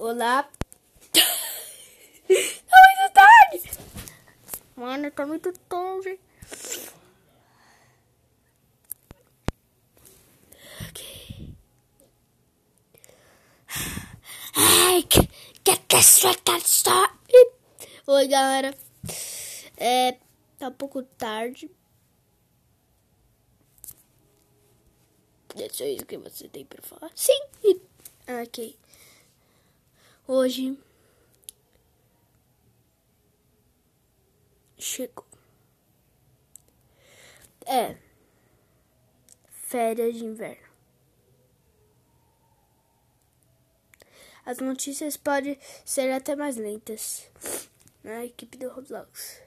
Olá. Tá muito tarde. Mano, tá muito tarde. Ok. Hey, get this record start. Oi, galera. Tá um pouco tarde. É só isso que você tem pra falar? Sim. Ok. Hoje chegou. Férias de inverno. As notícias podem ser até mais lentas na equipe do Roblox.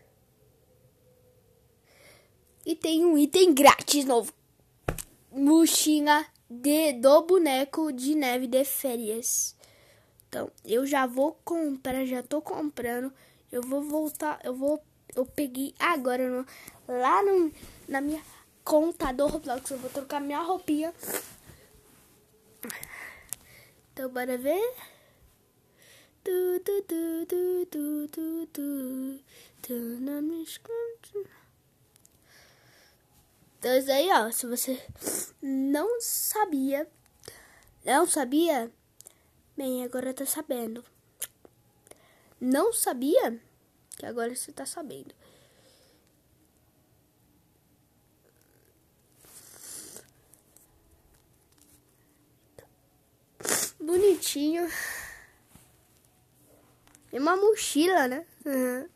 E tem um item grátis novo. Mochila do boneco de neve de férias. Então, eu já vou comprar, já tô comprando. Eu vou voltar, eu peguei agora na minha conta do Roblox. Eu vou trocar minha roupinha. Então, bora ver. Então, isso aí, ó. Se você não sabia, bem, agora tá sabendo. Não sabia? Que agora você tá sabendo. Bonitinho. Tem uma mochila, né? Uhum.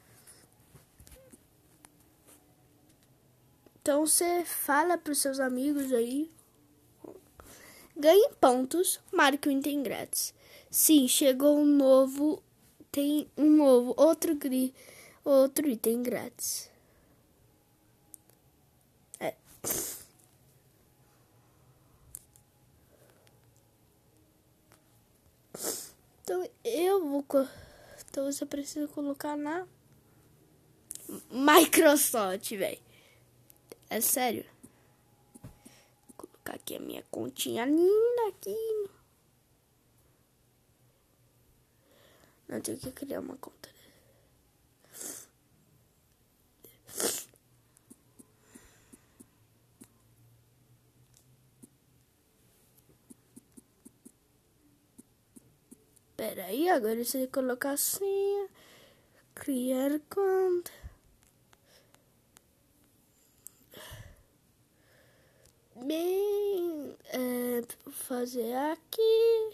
Então você fala pros seus amigos aí. Ganhe pontos, marque o item grátis. Sim, chegou um novo. Tem um novo, outro item grátis. Então então você precisa colocar na Microsoft, velho. É sério. Vou colocar aqui a minha continha linda aqui. Não, tenho que criar uma conta. Pera aí, agora você tem que colocar assim. Criar conta. Bem, vou fazer aqui.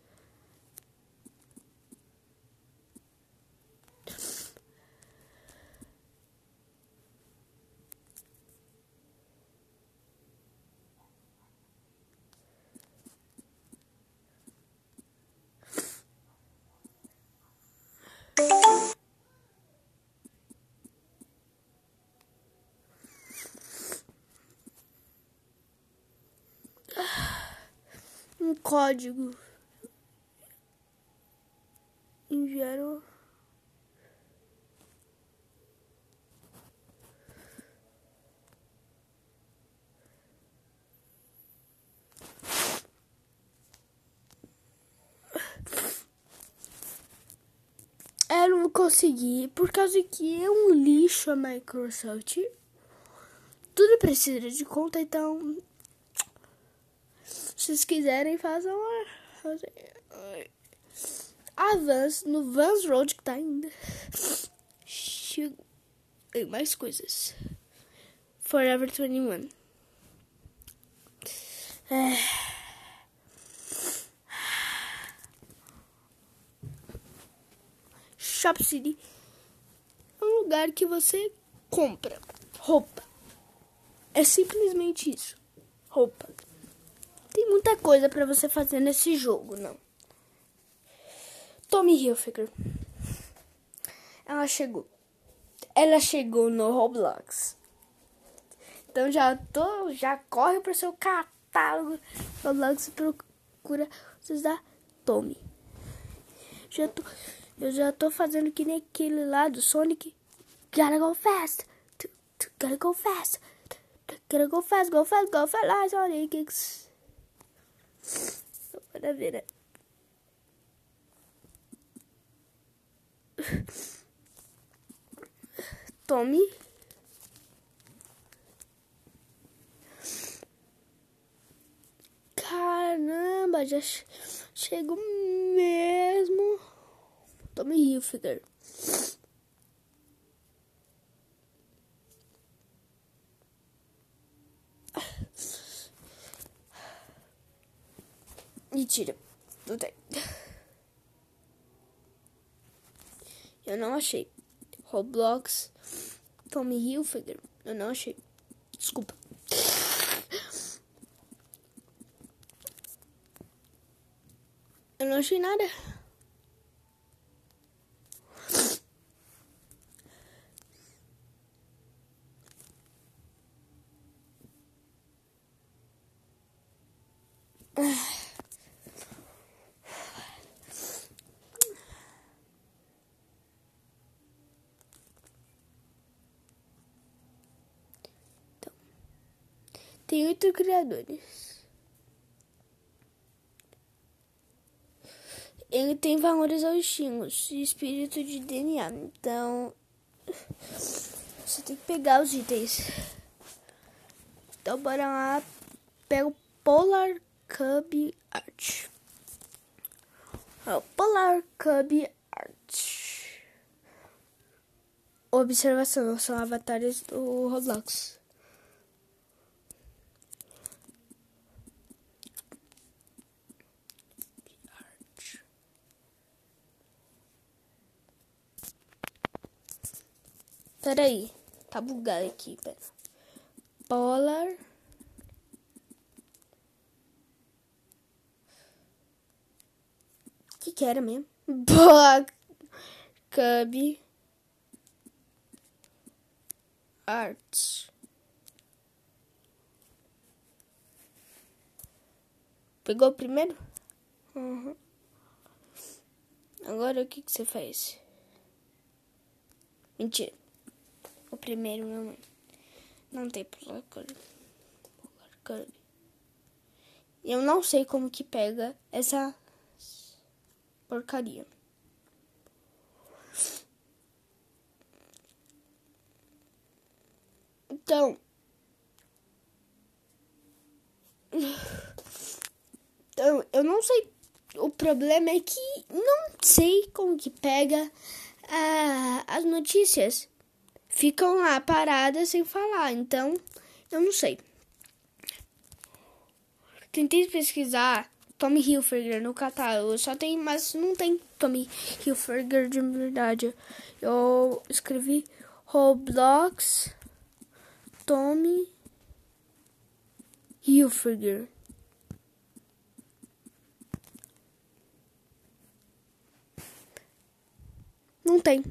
Um código. Enviaram. Eu não vou conseguir, por causa que é um lixo a Microsoft. Tudo precisa de conta, então se vocês quiserem, façam Avance no Vans Road que tá ainda. Tem mais coisas. Forever 21. Shop City é um lugar que você compra roupa. É simplesmente isso. Roupa. Tem muita coisa pra você fazer nesse jogo, não. Tommy Hilfiger. Ela chegou no Roblox. Então já corre pro seu catálogo Roblox e procura vocês da Tommy. Eu já tô fazendo que nem aquele lá do Sonic. Gotta go fast. Gotta go fast. Gotta go fast, go fast, go fast, lá, Sonic. Bora ver, né? Tommy. Caramba, já chegou mesmo. Tommy Hilfiger. Mentira, não tem. Eu não achei. Roblox, Tommy Hilfiger. Eu não achei. Desculpa. Eu não achei nada. Então, tem 8 criadores. Ele tem valores altíssimos e espírito de DNA. Então, você tem que pegar os itens. Então, bora lá. Pega o Polar Cub Art. O Polar Cub Art. Observação, são avatares do Roblox. Pera aí, tá bugado aqui, pera. Polar que era mesmo? Polar Cub Art. Pegou o primeiro? Uhum. Agora o que você faz? Mentira. O primeiro não tem Polar Cub. Eu não sei como que pega essa porcaria. Então, eu não sei. O problema é que não sei como que pega as notícias. Ficam lá paradas sem falar. Então, eu não sei. Tentei pesquisar Tommy Hilfiger no catálogo. Só tem, mas não tem Tommy Hilfiger de verdade. Eu escrevi Roblox Tommy Hilfiger. Não tem.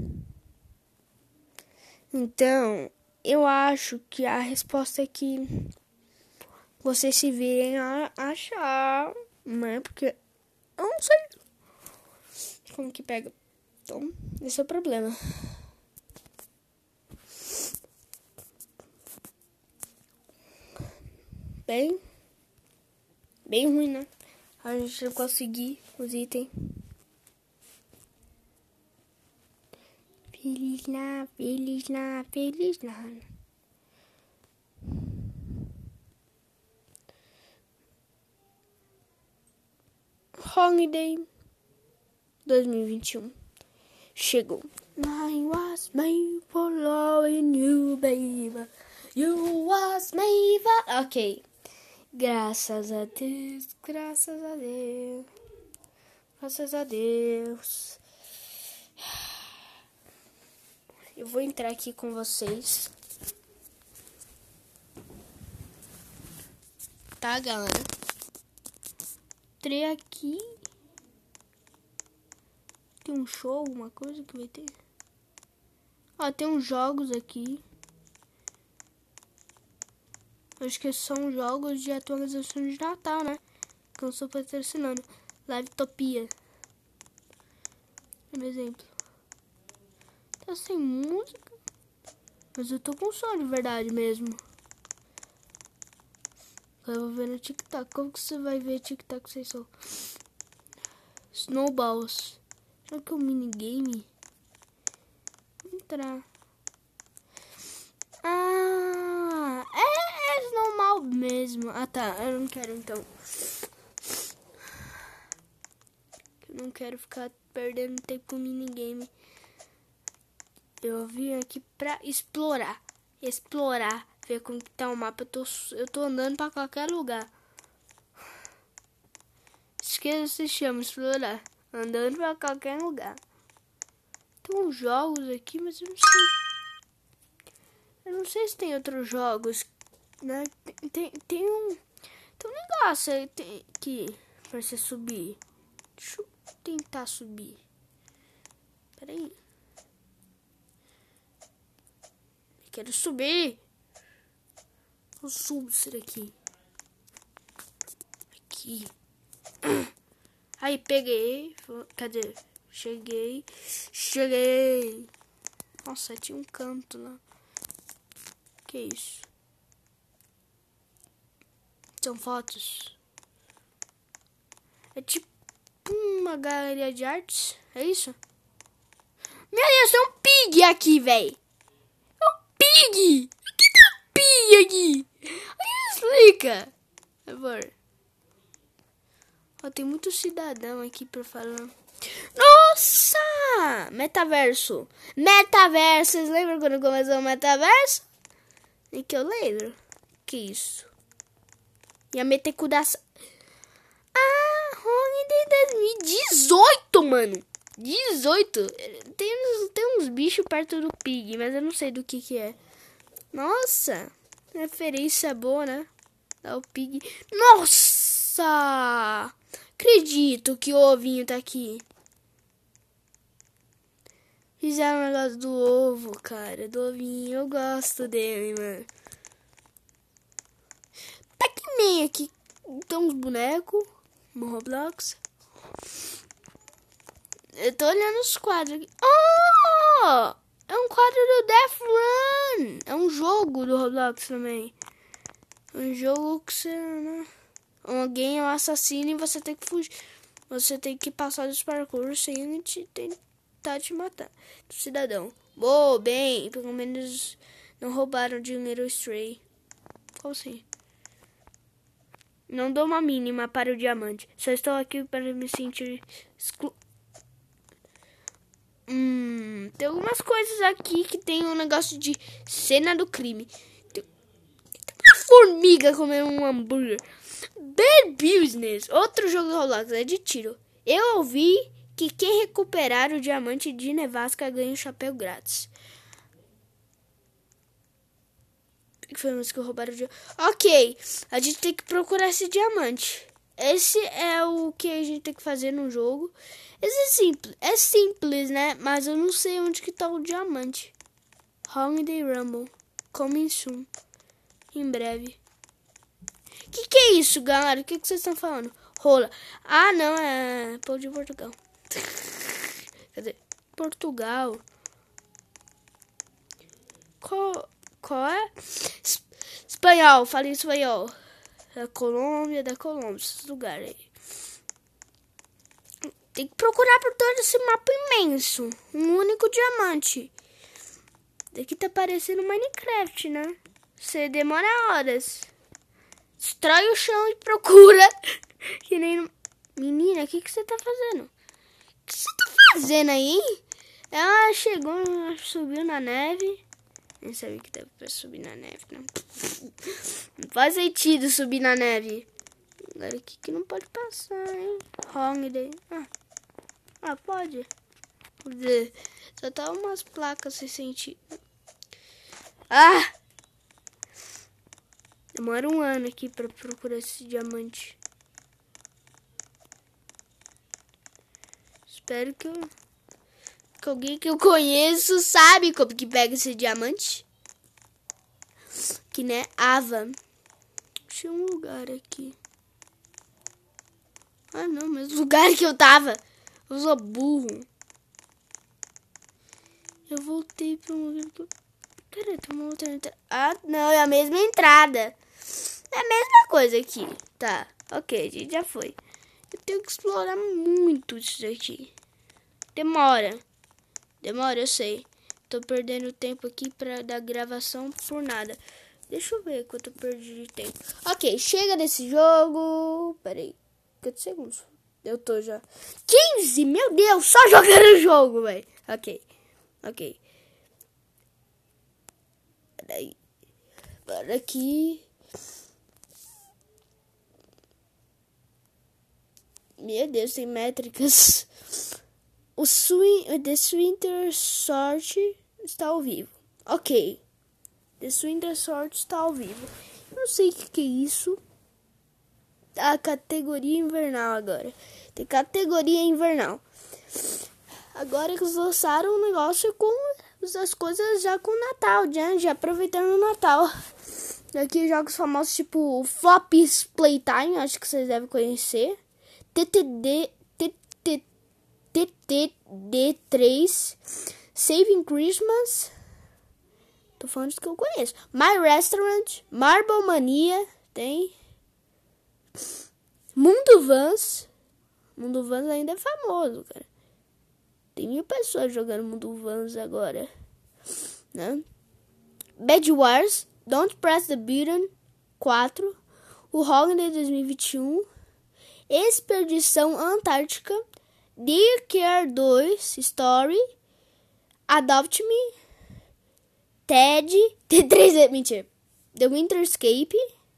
Então, eu acho que a resposta é que vocês se virem a achar, né? Porque eu não sei como que pega. Então, esse é o problema. Bem ruim, né? A gente não conseguir os itens. Feliz na. Holiday 2021 chegou. I was made for loving you, baby. You was made for... Ok. Graças a Deus. Eu vou entrar aqui com vocês. Tá, galera? Entrei aqui. Tem um show, alguma coisa que vai ter? Tem uns jogos aqui. Acho que são jogos de atualização de Natal, né? Que eu estou patrocinando. Livetopia. Por exemplo. Tá sem música. Mas eu tô com sono de verdade mesmo. Eu vou ver no TikTok. Como que você vai ver TikTok sem som? Snowballs. Será que é um minigame? entrar. Ah, é normal mesmo. Ah, tá. Eu não quero, então. Eu não quero ficar perdendo tempo com minigame. Eu vim aqui pra explorar. Ver como que tá o mapa. Eu tô andando pra qualquer lugar. Isso que se chama explorar. Andando pra qualquer lugar. Tem uns jogos aqui, mas eu não sei. Eu não sei se tem outros jogos, né? Tem um negócio aqui pra você subir. Deixa eu tentar subir. Peraí. Eu quero subir. Eu subo isso daqui. Aqui. Aí, peguei. Cadê? Cheguei. Nossa, tinha um canto lá. Que isso? São fotos. É tipo uma galeria de artes. É isso? Meu Deus, tem um pig aqui, velho. É um pig. Por que tem um pig aqui? Me explica. Por favor. Ó, tem muito cidadão aqui pra falar. Nossa! Metaverso. Vocês lembram quando começou o metaverso? É que eu lembro. Que isso? Ia meter cu da... Ah, Holiday 2018, mano. 18. Tem uns bichos perto do pig, mas eu não sei do que é. Nossa. Referência boa, né? Dá o pig. Nossa! Acredito que o ovinho tá aqui. Fizeram um negócio do ovo, cara. Do ovinho. Eu gosto dele, mano. Pac-Man aqui. Tem uns bonecos. No Roblox. Eu tô olhando os quadros aqui. Oh! É um quadro do Death Run. É um jogo do Roblox também. Um jogo que você... né? Alguém é um assassino e você tem que fugir. Você tem que passar dos parkours sem ele tentar te matar. Cidadão. Boa, bem. Pelo menos não roubaram dinheiro Stray. Como assim? Não dou uma mínima para o diamante. Só estou aqui para me sentir tem algumas coisas aqui que tem um negócio de cena do crime. Tem uma formiga comendo um hambúrguer. Bad Business, outro jogo do Roblox, é de tiro. Eu ouvi que quem recuperar o diamante de nevasca ganha um chapéu grátis. Que foi mais que roubaram o diamante? Ok, a gente tem que procurar esse diamante. Esse é o que a gente tem que fazer no jogo. Esse é simples, né? Mas eu não sei onde que tá o diamante. Holiday Rumble. Coming soon. Em breve. Que é isso, galera? O que vocês estão falando? Rola. Ah, não, é povo de Portugal. Cadê? Portugal. Qual é? Espanhol, falei espanhol. Da Colômbia, esses lugares aí. Tem que procurar por todo esse mapa imenso. Um único diamante. Daqui tá parecendo Minecraft, né? Você demora horas. Destrói o chão e procura. Que nem... Menina, o que você tá fazendo? O que você tá fazendo aí? Ela chegou, subiu na neve. Nem sabia que deve pra subir na neve, não. Não faz sentido subir na neve. Agora aqui que não pode passar, hein? Holiday. Ah, pode. Só tá umas placas sem sentido. Ah! Demora um ano aqui pra procurar esse diamante. Espero que alguém que eu conheço sabe como que pega esse diamante. Que né, Ava. Tinha um lugar aqui. Ah, não, mas o lugar que eu tava. Eu sou burro. Eu voltei pra um lugar que eu... Pera, tem uma outra entrada. Ah, não, é a mesma entrada. É a mesma coisa aqui. Tá, ok, a gente já foi. Eu tenho que explorar muito isso daqui. Demora, eu sei. Tô perdendo tempo aqui da gravação por nada. Deixa eu ver quanto eu perdi de tempo. Ok, chega desse jogo. Pera aí. Quantos segundos? Eu tô já. 15! Meu Deus, só jogando o jogo, velho. Ok. Peraí. Bora aqui. Meu Deus, tem métricas. The Swinter Sword está ao vivo. Ok. The Swinter Sword está ao vivo. Não sei o que é isso. A categoria invernal agora. Tem categoria invernal. Agora que eles lançaram um negócio com as coisas já com o Natal, já aproveitando o Natal. Aqui jogos famosos tipo Floppy's Playtime, acho que vocês devem conhecer. TTD3, Saving Christmas. Tô falando dos que eu conheço. My Restaurant, Marble Mania, tem. Mundo Vans. Mundo Vans ainda é famoso, cara. Tem 1000 pessoas jogando Mundo Vans agora, né? Bed Wars, Don't Press the Button 4, o Holiday 2021, Expedição Antártica, Dear Care 2 Story, Adopt Me, Ted, T3, mentira, The Winterscape,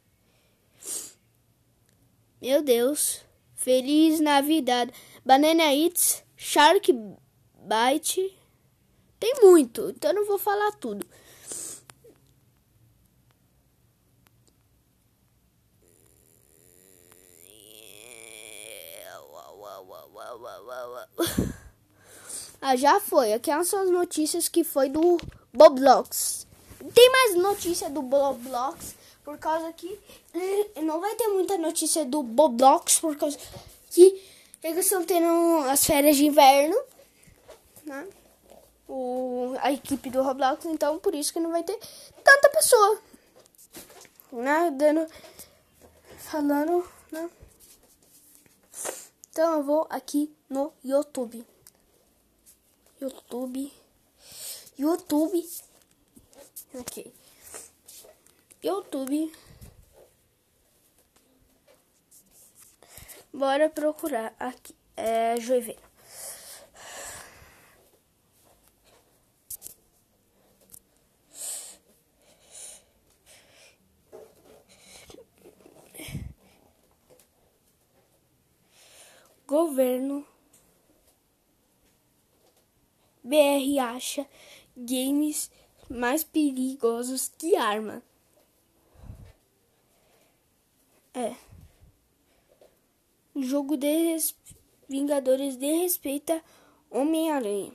meu Deus, Feliz Navidad, Banana Eats, Shark Bite, tem muito, então eu não vou falar tudo. Já foi. Aqui são as notícias que foi do Roblox. Tem mais notícia do Roblox por causa que não vai ter muita notícia do Roblox por causa que eles estão tendo as férias de inverno, né? A equipe do Roblox, então por isso que não vai ter tanta pessoa, né? Falando, né? Então eu vou aqui no YouTube. Ok. YouTube. Bora procurar aqui. Deixa eu ver. Governo BR acha games mais perigosos que arma. Jogo de Vingadores desrespeita Homem-Aranha.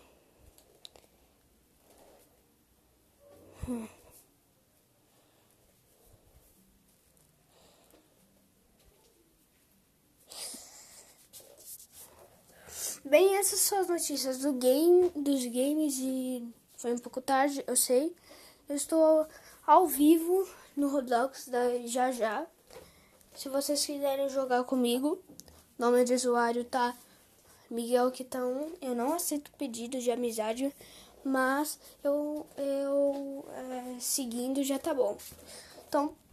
Bem, essas são as notícias dos games e foi um pouco tarde, eu sei. Eu estou ao vivo no Roblox já. Se vocês quiserem jogar comigo, nome de usuário tá Miguel Quitão. Eu não aceito pedido de amizade, mas eu seguindo já tá bom. Então,